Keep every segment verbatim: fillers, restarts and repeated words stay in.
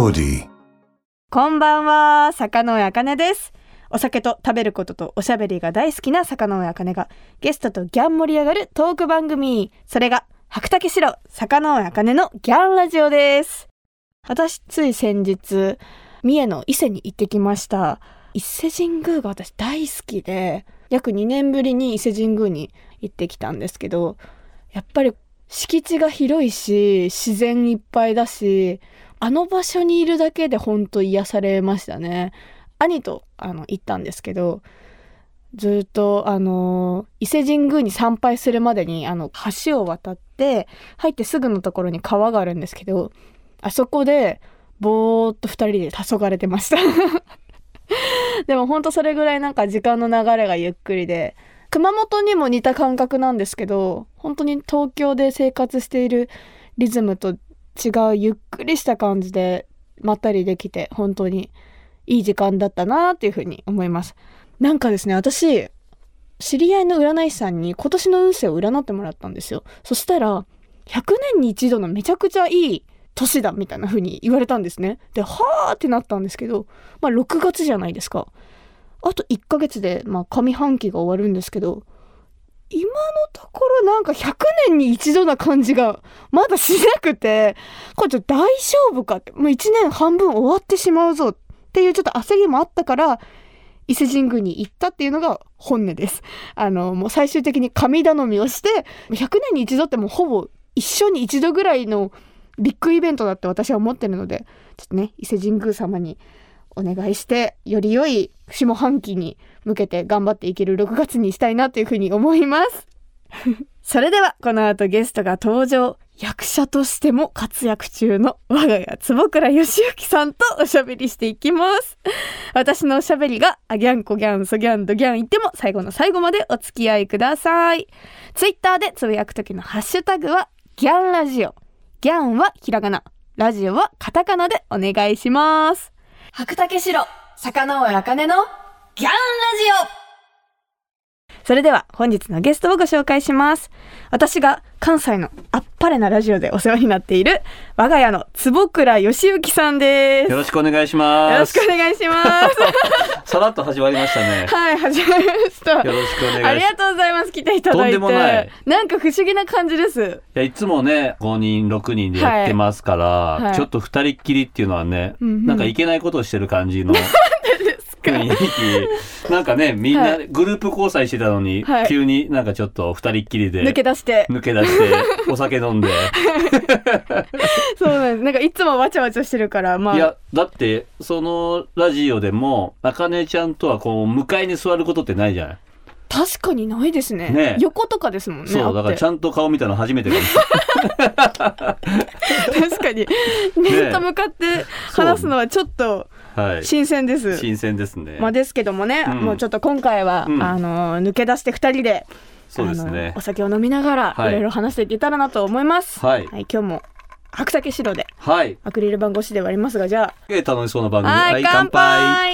Melody。 こんばんは、坂上茜です。お酒と食べることとおしゃべりが大好きな坂上茜がゲストとギャン盛り上がるトーク番組、それが白竹城坂上茜のギャンラジオです。私つい先日三重の伊勢に行ってきました。伊勢神宮が私大好きで、約にねんぶりに伊勢神宮に行ってきたんですけど、やっぱり敷地が広いし自然いっぱいだし、あの場所にいるだけで本当癒されましたね。兄とあの行ったんですけど、ずっとあの伊勢神宮に参拝するまでにあの橋を渡って入ってすぐのところに川があるんですけど、あそこでぼーっとふたりで黄昏れてましたでも本当それぐらいなんか時間の流れがゆっくりで、熊本にも似た感覚なんですけど、本当に東京で生活しているリズムと違うゆっくりした感じでまったりできて、本当にいい時間だったなっていうふうに思います。なんかですね、私知り合いの占い師さんに今年の運勢を占ってもらったんですよ。そしたらひゃくねんに一度のめちゃくちゃいい年だみたいな風に言われたんですね。で、はーってなったんですけど、まあろくがつじゃないですか。あといっかげつでまあ上半期が終わるんですけど、今のところなんかひゃくねんに一度な感じがまだしなくて、これちょっと大丈夫かって、もういちねんはんぶん終わってしまうぞっていうちょっと焦りもあったから伊勢神宮に行ったっていうのが本音です。あのもう最終的に神頼みをして、ひゃくねんに一度ってもうほぼ一生に一度ぐらいのビッグイベントだって私は思ってるので、ちょっとね伊勢神宮様にお願いしてより良い下半期に向けて頑張っていけるろくがつにしたいなというふうに思いますそれではこの後ゲストが登場。役者としても活躍中の我が家坪倉義之さんとおしゃべりしていきます。私のおしゃべりがあギャンコギャンソギャンドギャン言っても最後の最後までお付き合いください。ツイッターでつぶやく時のハッシュタグはギャンラジオ。ギャンはひらがな、ラジオはカタカナでお願いします。白竹城坂上茜のギャンラジオ。それでは本日のゲストをご紹介します。私が関西のあっぱれなラジオでお世話になっている我が家の坪倉義之さんです。 よろしくお願いします。 よろしくお願いしますさらっと始まりましたね。 はい、始まりました。 よろしくお願いします。 ありがとうございます。来ていただいて。 とんでもない。 なんか不思議な感じです。 いや、いつもねごにんろくにんでやってますから、はいはい、ちょっとふたりっきりっていうのはね、うんうん、なんかいけないことをしてる感じの雰囲気なんかね、みんなグループ交際してたのに、はい、急になんかちょっと二人っきりで抜け出して抜け出してお酒飲んでそうなんです。なんかいつもわちゃわちゃしてるから、まあ、 いやだってそのラジオでも茜ちゃんとはこう向かいに座ることってないじゃない。 確かにないです ね, ね横とかですもんね。 そうだからちゃんと顔見たの初めてかもしれない確かに面と向かって話すのはちょっと新鮮です、 はい、新鮮ですね。 まあ、ですけどもね、うん、もうちょっと今回は、うん、あの抜け出してふたりで、 そうですね、 お酒を飲みながら、はい、いろいろ話していけたらなと思います、はいはい、今日も白竹城で、はい、アクリル板越しではありますが、じゃあ楽しそうな番組、 はい、乾杯。はい、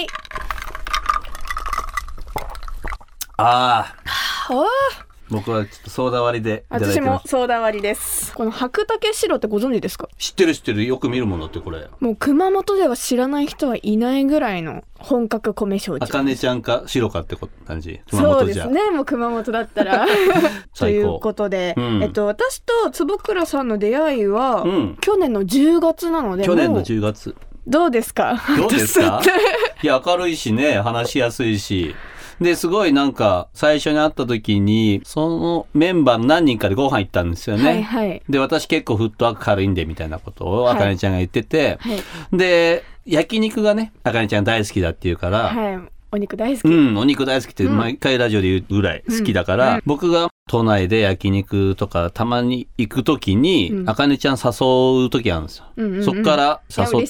ああ、僕はちょっとソーダ割りでいただいてます。 私もソーダ割りです。この白竹城ってご存知ですか？ 知ってる知ってる、よく見るものってこれ。 もう熊本では知らない人はいないぐらいの本格米焼酎。 茜ちゃんか白かって感じ。熊本じゃ。 そうですね、もう熊本だったらということで、うん、えっと、私と坪倉さんの出会いは、うん、去年のじゅうがつなので、 去年のじゅうがつどうですか？ どうですか？いや、明るいしね、話しやすいし、ですごいなんか最初に会った時にそのメンバーの何人かでご飯行ったんですよね、はいはい、で私結構フットワーク軽いんでみたいなことを茜ちゃんが言ってて、はいはい、で焼肉がね茜ちゃん大好きだっていうから、はい、 お肉大好き、 うん、お肉大好きって毎回ラジオで言うぐらい好きだから、うん、僕が都内で焼肉とかたまに行く時に、うん、茜ちゃん誘う時あるんですよ、うんうんうん、そっから誘って、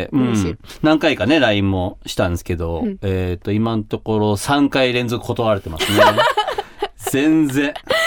うん、何回かね ライン もしたんですけど、うん、えーと今のところさんかい連続断られてますね全然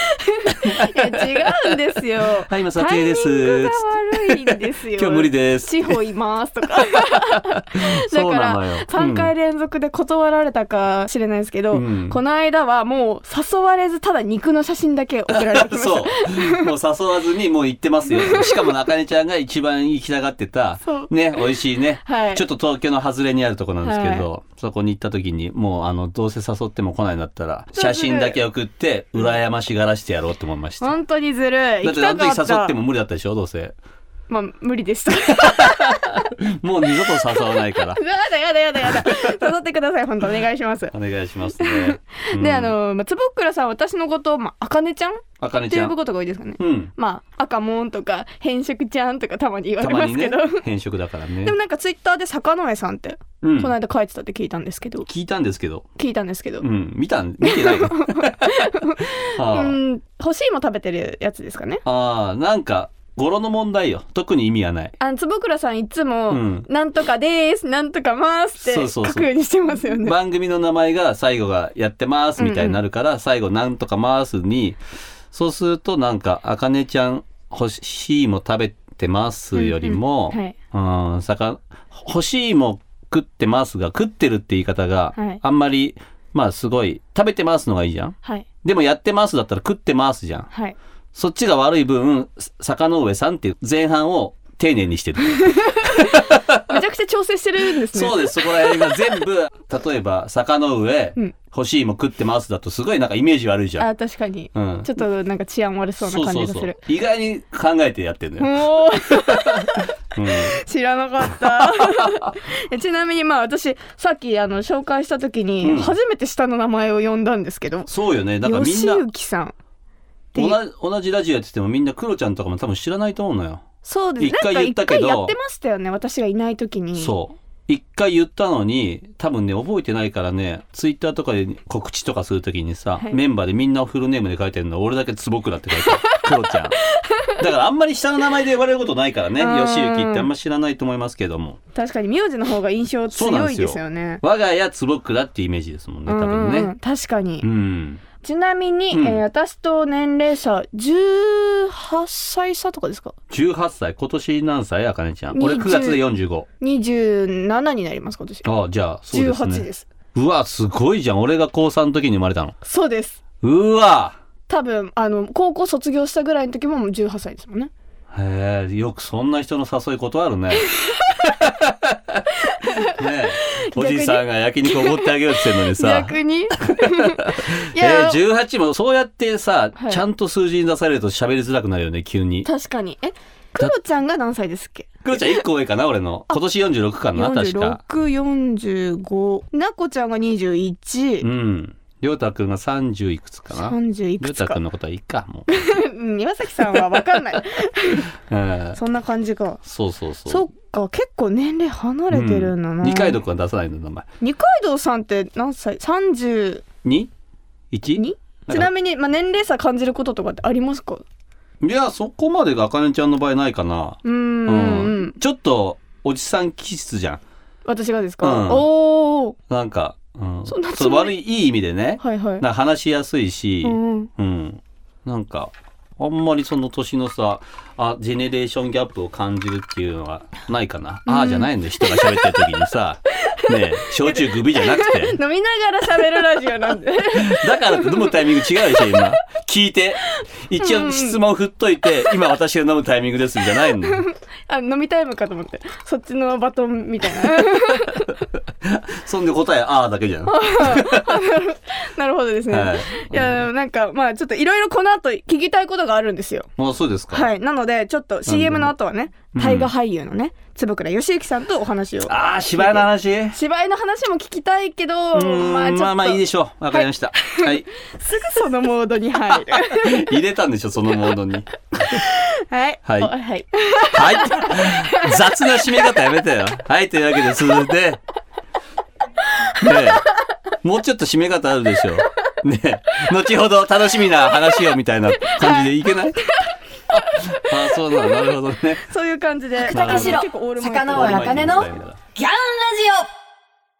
や違うんですよ。 はい、今撮影です。 タイミングが悪いんですよ。 今日無理です。 地方いますとか。だからさんかい連続で断られたかしれないですけど、うん、この間はもう誘われずただ肉の写真だけ送られてきました。 そうもう誘わずにもう行ってますよ。しかも中根ちゃんが一番行きたがってたね、美味しいね、はい、ちょっと東京の外れにあるところなんですけど、はい、そこに行った時にもうあのどうせ誘っても来ないんだったら写真だけ送って羨ましがらしてやろうと思いました。 本当にずるい。 だってあの時誘っても無理だったでしょ、どうせ。 まあ無理でした。 もう二度と誘わないから。 やだやだやだやだ。誘ってください、本当お願いします。 お願いしますね。 うん、であのまあ、坪倉さん私のことをまああかねちゃんって呼ぶことが多いですかね。 うん、 まあ赤もんとか変色ちゃんとかたまに言われますけど、 ね、変色だからね。 でもなんかツイッターで坂上さんって、うん、この間書いてたって聞いたんですけど。 聞いたんですけど。 聞いたんですけど。 うん、見たん見てないの。 はあ、うん干し芋食べてるやつですかね。 ああなんか。語呂の問題よ。特に意味はない。 あの坪倉さんいつも、うん、なんとかですなんとかますって書くようにしてますよね。 番組の名前が最後がやってますみたいになるから、うんうん、最後なんとかますにそうするとなんかあかねちゃん欲しいも食べてますよりも、うんうんはい、さか欲しいも食ってますが食ってるって言い方があんまり、はい、まあすごい食べてますのがいいじゃん、はい、でもやってますだったら食ってますじゃん、はいそっちが悪い分坂上さんっていう前半を丁寧にしてる。 めちゃくちゃ調整してるんですね。 そうです。そこら辺が全部例えば坂上、うん、欲しいも食ってますだとすごいなんかイメージ悪いじゃん。 あ確かに、うん、ちょっとなんか治安悪そうな感じがする。そうそうそう意外に考えてやってるのよ。 うん、知らなかったちなみにまあ私さっきあの紹介した時に初めて下の名前を呼んだんですけど、うん、 そうよね。だからみんな吉行さん同じ、同じラジオやっててもみんなクロちゃんとかも多分知らないと思うのよ。 そうです。一回言ったけどなんか一回やってましたよね私がいない時に。 そう一回言ったのに多分ね覚えてないからねツイッターとかで告知とかする時にさ、はい、メンバーでみんなフルネームで書いてるの俺だけ坪倉って書いてあるクロちゃんだからあんまり下の名前で呼ばれることないからね吉行ってあんま知らないと思いますけども確かに名字の方が印象強いですよね。 我が家坪倉ってイメージですもんね多分ね、うんうん、 確かに、 うんちなみに、うんえー、私と年齢差じゅうはっさい差とかですか。 じゅうはっさい今年何歳あかねちゃん。俺くがつでよんじゅうご。 にじゅうななになります今年。 ああじゃあそうですね。じゅうはちです。うわすごいじゃん。俺がこうさんの時に生まれたの。 そうです。 うわ多分あの高校卒業したぐらいの時ももうじゅうはっさいですもんね。 へえよくそんな人の誘い断るね。ねえおじさんが焼肉おごってあげようって言ってんのにさ逆にいや、えー、じゅうはちもそうやってさ、はい、ちゃんと数字に出されると喋りづらくなるよね急に。 確かに。えクロちゃんが何歳ですっけ。 クロちゃんいっこ上かな俺の今年よんじゅうろくかな確か。 よんじゅうろく、よんじゅうごなこちゃんがにじゅういち。 うんりょうたくんがさんじゅういくつかな。 さんじゅういくつか。 りょうたくんのことはいいかもう岩崎さんは分かんない、えー、そんな感じか。 そうそうそうそっか結構年齢離れてるんだな、うん、 二階堂くんは出さないの名前。 二階堂さんって何歳。さんじゅうに いち? ちなみに、まあ、年齢差感じることとかってありますか。 いやそこまでがあかねちゃんの場合ないかな。 うん、うん、 ちょっとおじさん気質じゃん私がですか、うん、おおなんかうん、そそ悪いいい意味でね、はいはい、なんか話しやすいし、うんうん、なんかあんまりその年のさあジェネレーションギャップを感じるっていうのはないかな、うん、ああじゃないんだよ人が喋ってる時にさねえ焼酎グビじゃなくて飲みながら喋るラジオなんでだからって飲むタイミング違うでしょ今聞いて一応質問振っといて、うん、今私が飲むタイミングですじゃないのあ飲みタイムかと思ってそっちのバトンみたいなそんで答えあーだけじゃんなるほどですね、はい、いやなんかまあちょっといろいろこの後聞きたいことがあるんですよ。 あそうですか。 はいなのでちょっと シーエム の後はね大河俳優のね坪倉義行さんとお話を。 ああ芝居の話芝居の話も聞きたいけどまあちょっとまあまあいいでしょうわかりました、はいはい、 すぐそのモードに入る入れたんでしょそのモードにはいはい、 はい、はい、 雑な締め方やめてよ。はいというわけで続いてねえもうちょっと締め方あるでしょねえ後ほど楽しみな話をみたいな感じでいけない？ああそうなのなるほどね。 そういう感じで高城坂上茜のギャンラジオ。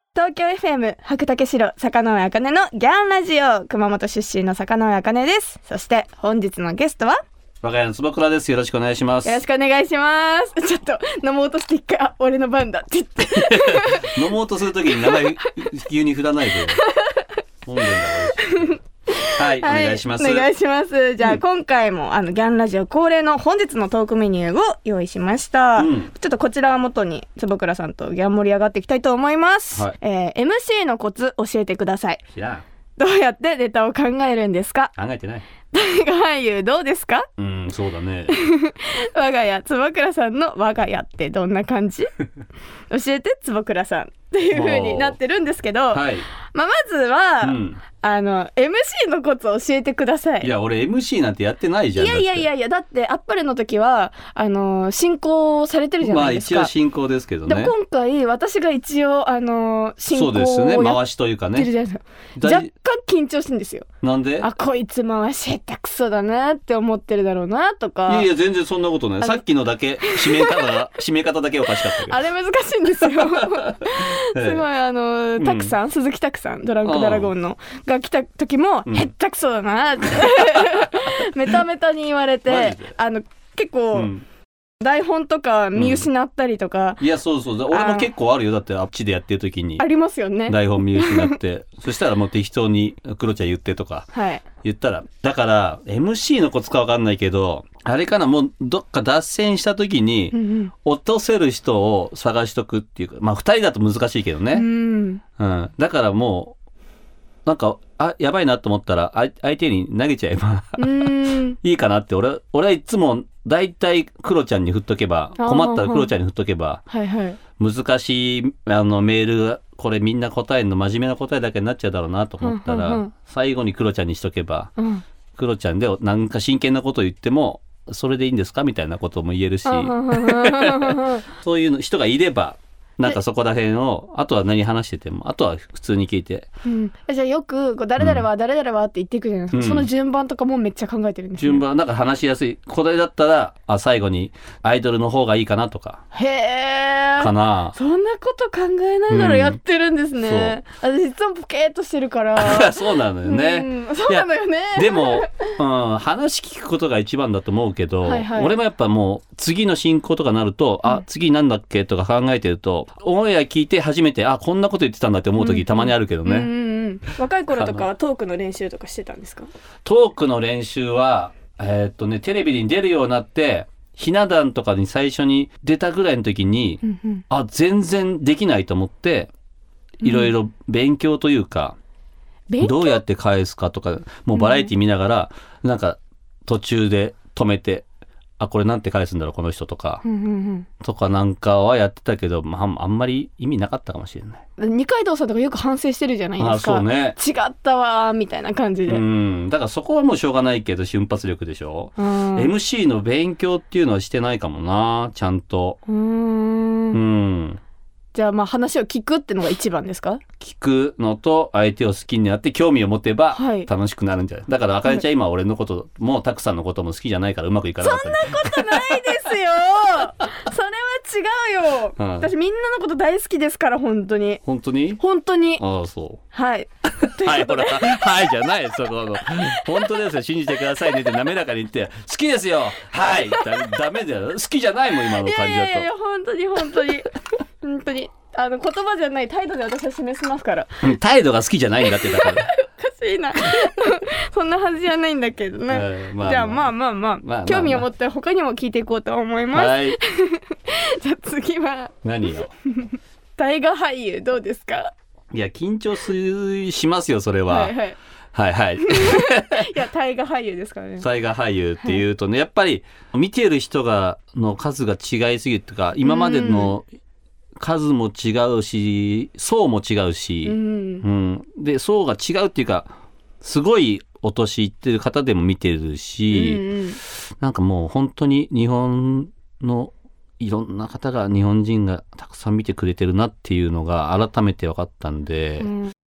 東京 エフエム 白竹城坂上茜のギャンラジオ、熊本出身の坂上茜です。そして本日のゲストは我が家の坪倉です。よろしくお願いします。 よろしくお願いします。ちょっと飲もうとして一回、あ、俺の番だって言って飲もうとするときに名前急に振らないで飲んでんだろうはい、はい、お願いします。 お願いします。じゃあ、うん、今回もあのギャンラジオ恒例の本日のトークメニューを用意しました、うん、ちょっとこちらを元に坪倉さんとギャン盛り上がっていきたいと思います、はい。えー、エムシー のコツ教えてください。 知らん。 どうやってネタを考えるんですか？ 考えてない。 大河俳優どうですか？ うん、そうだね我が家坪倉さんの我が家ってどんな感じ教えて坪倉さんっていう風になってるんですけど、はい、まあ、まずは、うん、あの エムシー のコツを教えてください。 いや俺 エムシー なんてやってないじゃん。 いやいやいやいや、だってアッパレの時はあの進行されてるじゃないですか。 まあ一応進行ですけどね。 で今回私が一応あの進行をそうですね、回しというかね、 若干緊張してるんですよ。 なんで？ あ、こいつ回し下手くそだなって思ってるだろうなとか。 いやいや全然そんなことない。さっきのだけ締め方が締め方だけおかしかったけどあれ難しいんですよすごいあのタクさん、うん、鈴木タクさんドランクドラゴンのが来た時も、うん、へったくそだなってメタメタに言われて、あの結構、うん、台本とか見失ったりとか、 うん、いやそうそう、俺も結構あるよ。だってあっちでやってる時にありますよね、 台本見失ってそしたらもう適当にクロちゃん言ってとか言ったら、はい、だから エムシー のコツか分かんないけど、あれかな、もうどっか脱線した時に落とせる人を探しとくっていうか、まあふたりだと難しいけどね、うんうん、だからもうなんかあやばいなと思ったらあ相手に投げちゃえばいいかなって。俺俺はいつもだいたいクロちゃんに振っとけば、困ったらクロちゃんに振っとけば、はいはい、難しいあのメールこれみんな答えるの真面目な答えだけになっちゃうだろうなと思ったら、うんうんうん、最後にクロちゃんにしとけば、うん、クロちゃんでなんか真剣なこと言ってもそれでいいんですかみたいなことも言えるしそういう人がいればなんかそこら辺をあとは何話しててもあとは普通に聞いて、 うん、じゃあよくこう誰々は誰々はって言っていくじゃないですか、うん、その順番とかもめっちゃ考えてるんですね。 順番なんか話しやすいこれだったらあ最後にアイドルの方がいいかなとか。 へーかな。 そんなこと考えながらやってるんですね、うん、私いつもポケーっとしてるからそうなのよね、 うん、そうなのよね。 でも、うん、話聞くことが一番だと思うけど、はいはい、俺もやっぱもう次の進行とかなると、うん、あ次なんだっけとか考えてるとオンエア聞いて初めてあこんなこと言ってたんだって思う時たまにあるけどね、うんうんうん、 若い頃とかはトークの練習とかしてたんですか？ トークの練習はえー、っとねテレビに出るようになってひな壇とかに最初に出たぐらいの時に、うんうん、あ全然できないと思っていろいろ勉強というか、うん、どうやって返すかとかもうバラエティ見ながら、うん、なんか途中で止めてあこれなんて返すんだろうこの人とか、うんうんうん、とかなんかはやってたけど、まあ、あんまり意味なかったかもしれない。 二階堂さんとかよく反省してるじゃないですか。 あそうね、 違ったわみたいな感じで。 うんだからそこはもうしょうがないけど瞬発力でしょ、うん、エムシー の勉強っていうのはしてないかもなちゃんと。うーんうんじゃあまあ話を聞くってのが一番ですか？ 聞くのと相手を好きになって興味を持てば楽しくなるんじゃない、はい、だからあかねちゃん今俺のこともたくさんのことも好きじゃないからうまくいかなかったり。 そんなことないですよそれは違うよ、うん、私みんなのこと大好きですから本当に本当に本当にああそうはいはいほらはいじゃないそこの本当ですよ信じてくださいねって滑らかに言って好きですよはいだダメだよ好きじゃないもん今の感じだと。いやいやいや本当に本当に本当にあの言葉じゃない態度で私は示しますから、 うん、態度が好きじゃないんだってだからおかしいなそんなはずじゃないんだけどね、えーまあまあ、じゃあまあまあまあ、まあまあまあ、興味を持って他にも聞いていこうと思います、はい、じゃあ次は何よ大河俳優どうですか？ いや緊張すしますよそれは。はいはいはいはいいや大河俳優ですからね。 大河俳優っていうとね、はい、やっぱり見てる人がの数が違いすぎるとか今までの数も違うし層も違うし、うんうん、で層が違うっていうかすごいお年いってる方でも見てるし、うんうん、なんかもう本当に日本のいろんな方が日本人がたくさん見てくれてるなっていうのが改めて分かったんで、うん、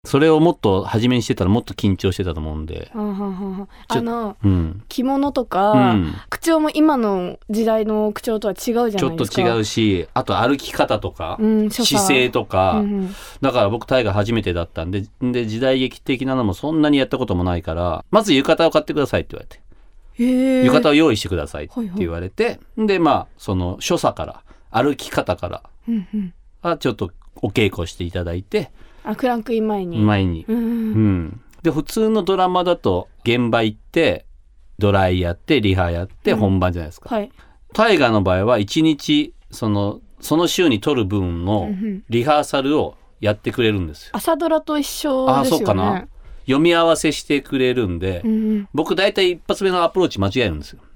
それをもっと初めにしてたらもっと緊張してたと思うんで、 はははあの、 うん、 着物とか、うん、口調も今の時代の口調とは違うじゃないですか。 ちょっと違うし、あと歩き方とか、うん、姿勢とか、うんうん、だから僕タイが初めてだったんで、で時代劇的なのもそんなにやったこともないから、まず浴衣を買ってくださいって言われて、 へ浴衣を用意してくださいって言われて、はいはい、でまあその所作から歩き方からはちょっとお稽古していただいて、 あクランクイン前に前に、うんうん、で普通のドラマだと現場行ってドライやってリハやって本番じゃないですか、 うんはい、 大河の場合はいちにちそのその週に撮る分のリハーサルをやってくれるんですよ。 朝ドラと一緒ですよね。 あそうかな、読み合わせしてくれるんで、うん、僕大体一発目のアプローチ間違えるんですよ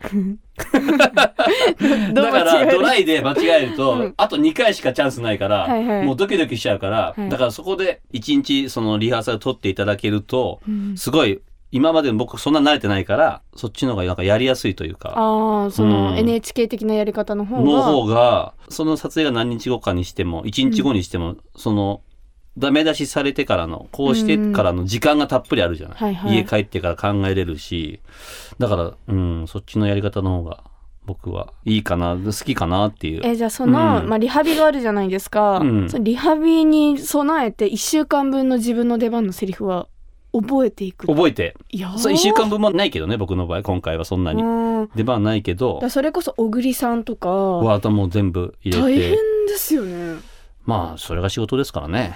だからドライで間違えると、うん、あとにかいしかチャンスないから、はいはい、もうドキドキしちゃうから、はい、だからそこでいちにちそのリハーサル取っていただけると、うん、すごい今まで僕そんな慣れてないからそっちの方がなんかやりやすいというか、 あその エヌエイチケー 的なやり方の方が、 の方がその撮影が何日後かにしてもいちにちごにしても、うん、そのダメ出しされてからのこうしてからの時間がたっぷりあるじゃない、うんはいはい、家帰ってから考えれるし、だから、うん、そっちのやり方の方が僕はいいかな、好きかなっていう。 えじゃあその、うんまあ、リハビがあるじゃないですか、うん、そのリハビに備えていっしゅうかんぶんの自分の出番のセリフは覚えていく。 覚えていやそういっしゅうかんぶんもないけどね、僕の場合今回はそんなに出番ないけど、 だそれこそ小栗さんとかはもう全部入れて大変ですよね。 まあそれが仕事ですからね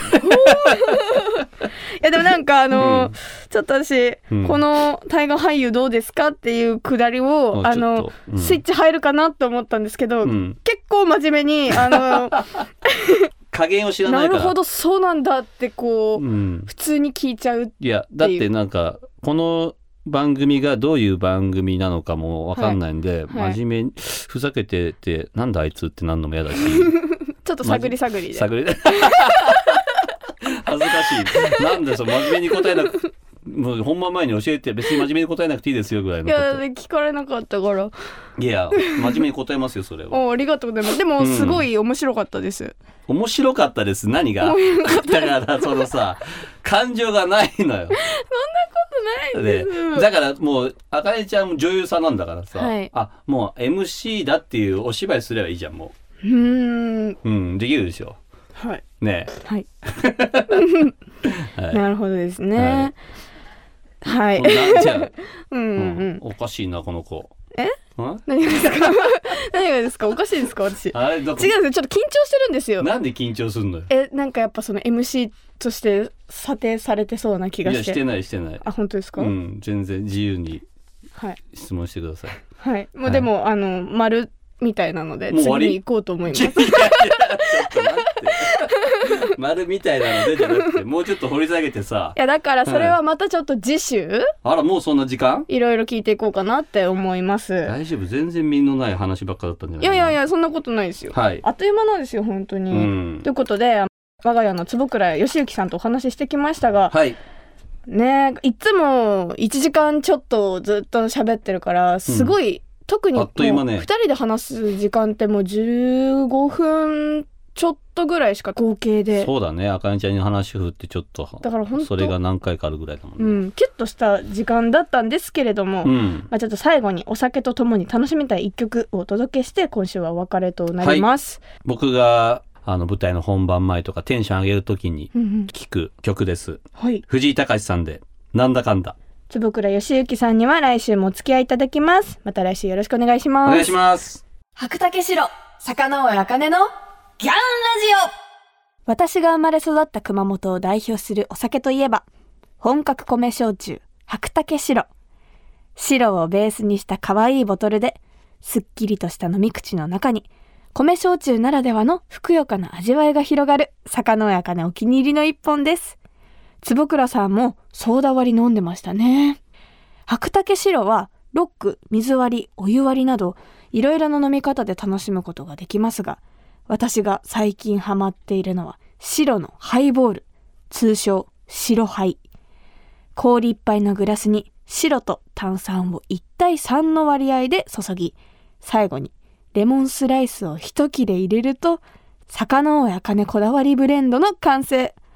いやでもなんかあの、うん、ちょっと私、うん、この大河俳優どうですかっていうくだりをあの、うん、スイッチ入るかなと思ったんですけど、うん、結構真面目にあの加減を知らないからなるほどそうなんだってこう、うん、普通に聞いちゃうっていう。 いやだってなんかこの番組がどういう番組なのかも分かんないんで、はいはい、真面目にふざけててなんだあいつってなんのも嫌だしちょっと探り探りで探り恥ずかしいなんでその真面目に答えなくもう本番前に教えて別に真面目に答えなくていいですよぐらいのこと。 いや聞かれなかったから。 いや真面目に答えますよそれは。 おありがとうございます。でもすごい面白かったです、 うん、面白かったです何がだからそのさ感情がないのよ。そんなことないです。 だからもうあかねちゃんも女優さんなんだからさ、 はい、 あもう エムシー だっていうお芝居すればいいじゃんもう。うーんうんできるでしょ。 はいねえはい、はい、なるほどですね。はい、はい、 じゃあうんうん、うん、 おかしいなこの子。 え何がですか何がですかおかしいですか私。 あれ違うんですよちょっと緊張してるんですよ。 なんで緊張するのよ。 えなんかやっぱその エムシー として査定されてそうな気がして。 いやしてないしてない。 あ本当ですか。 うん全然自由に質問してください。 はい、もうでも、はい、あの丸みたいなので次に行こうと思います。いやいやちょっと待って丸みたいなのでじゃなくてもうちょっと掘り下げてさ。 いやだからそれはまたちょっと次週、はい、 あらもうそんな時間いろいろ聞いていこうかなって思います。 大丈夫全然身のない話ばっかだったんじゃないかな。 いやいやいやそんなことないですよ、はい、あっという間なんですよ本当に、うん、ということで我が家の坪倉義之さんとお話ししてきましたが、 はいねいつもいちじかんちょっとずっと喋ってるからすごい、うん特にもうふたりで話す時間ってもうじゅうごふんちょっとぐらいしか合計で。 そうだねあかねちゃんに話振ってちょっとだから本当それが何回かあるぐらいだもんね、 うん、キュッとした時間だったんですけれども、うんまあ、ちょっと最後にお酒とともに楽しみたいいっきょくをお届けして今週はお別れとなります、はい、 僕があの舞台の本番前とかテンション上げるときに聴く曲です、うんうんはい、藤井隆さんでなんだかんだ。 坪倉義之さんには来週もお付き合いいただきます。また来週よろしくお願いします。 お願いします。 白竹城坂上茜のギャンラジオ。私が生まれ育った熊本を代表するお酒といえば本格米焼酎白竹城。白をベースにした可愛いボトルですっきりとした飲み口の中に米焼酎ならではのふくよかな味わいが広がる坂上茜お気に入りの一本です。坪倉さんもソーダ割り飲んでましたね。白竹白はロック、水割り、お湯割りなどいろいろな飲み方で楽しむことができますが、私が最近ハマっているのは白のハイボール、通称白ハイ。氷いっぱいのグラスに白と炭酸をいちたいさんの割合で注ぎ、最後にレモンスライスを一切れ入れると坂上茜こだわりブレンドの完成。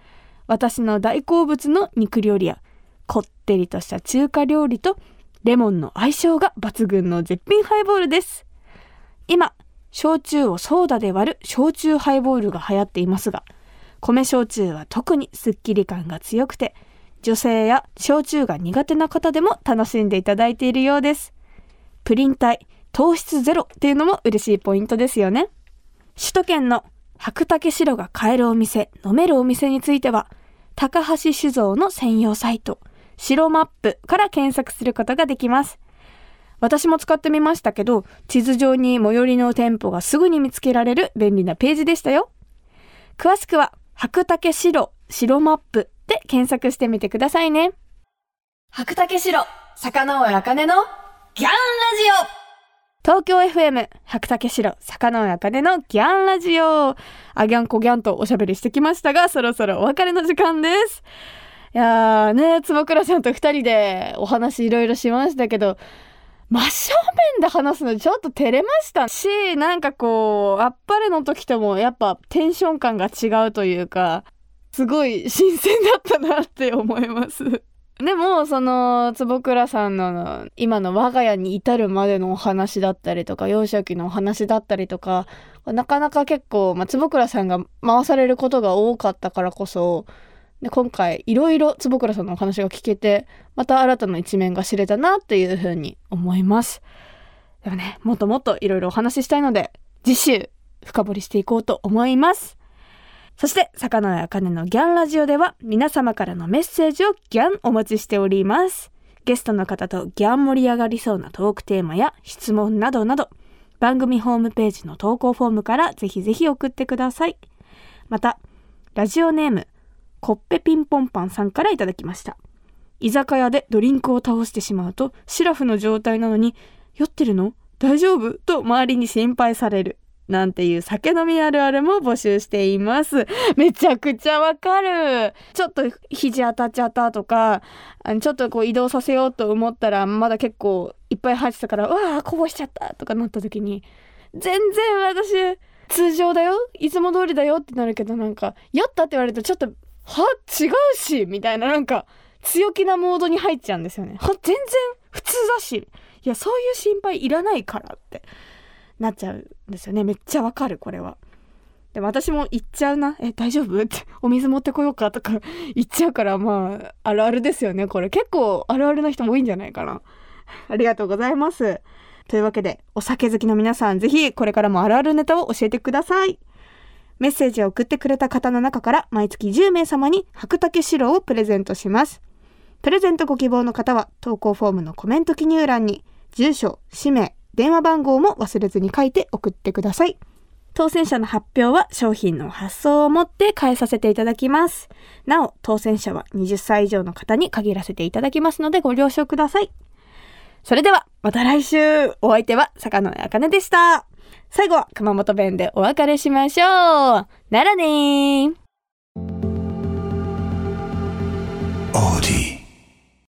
私の大好物の肉料理やこってりとした中華料理とレモンの相性が抜群の絶品ハイボールです。今、焼酎をソーダで割る焼酎ハイボールが流行っていますが、米焼酎は特にスッキリ感が強くて、女性や焼酎が苦手な方でも楽しんでいただいているようです。プリン体、糖質ゼロっていうのも嬉しいポイントですよね。首都圏の白竹白が買えるお店、飲めるお店については、高橋酒造の専用サイト、白マップから検索することができます。私も使ってみましたけど、地図上に最寄りの店舗がすぐに見つけられる便利なページでしたよ。詳しくは、白竹白、白マップで検索してみてくださいね。白竹白、坂上茜のギャンラジオ。東京 エフエム、白竹城、坂上茜のギャンラジオ。あギャンコギャンとおしゃべりしてきましたが、そろそろお別れの時間です。いやーね、坪倉さんと二人でお話いろいろしましたけど、真正面で話すのちょっと照れましたし、なんかこう、あっぱれの時ともやっぱテンション感が違うというか、すごい新鮮だったなって思います。でも、その、坪倉さんの今の我が家に至るまでのお話だったりとか、幼少期のお話だったりとか、なかなか結構、まあ、坪倉さんが回されることが多かったからこそ、で今回いろいろ坪倉さんのお話が聞けて、また新たな一面が知れたなっていうふうに思います。でもね、もっともっといろいろお話ししたいので、次週深掘りしていこうと思います。そして坂上茜のギャンラジオでは皆様からのメッセージをギャンお待ちしております。ゲストの方とギャン盛り上がりそうなトークテーマや質問などなど、番組ホームページの投稿フォームからぜひぜひ送ってください。またラジオネームコッペピンポンパンさんからいただきました。居酒屋でドリンクを倒してしまうとシラフの状態なのに、酔ってるの？大丈夫？と周りに心配されるなんていう酒飲みあるあるも募集しています。めちゃくちゃわかる。ちょっと肘当たっちゃったとか、ちょっとこう移動させようと思ったらまだ結構いっぱい入ってたから、うわーこぼしちゃったとかなった時に、全然私通常だよ、いつも通りだよってなるけど、なんか酔ったって言われるとちょっとは違うしみたいな、なんか強気なモードに入っちゃうんですよね。は全然普通だし、いやそういう心配いらないからってなっちゃうんですよね。めっちゃわかるこれは。でも私も言っちゃうな、え大丈夫ってお水持ってこようかとか言っちゃうから、まああるあるですよね。これ結構あるあるな人も多いんじゃないかな。ありがとうございます。というわけでお酒好きの皆さん、ぜひこれからもあるあるネタを教えてください。メッセージを送ってくれた方の中から毎月じゅうめい様に白竹白をプレゼントします。プレゼントご希望の方は投稿フォームのコメント記入欄に住所、氏名、電話番号も忘れずに書いて送ってください。当選者の発表は商品の発送をもって返させていただきます。なお当選者ははたち以上の方に限らせていただきますのでご了承ください。それではまた来週。お相手は坂上茜でした。最後は熊本弁でお別れしましょう。ならねー。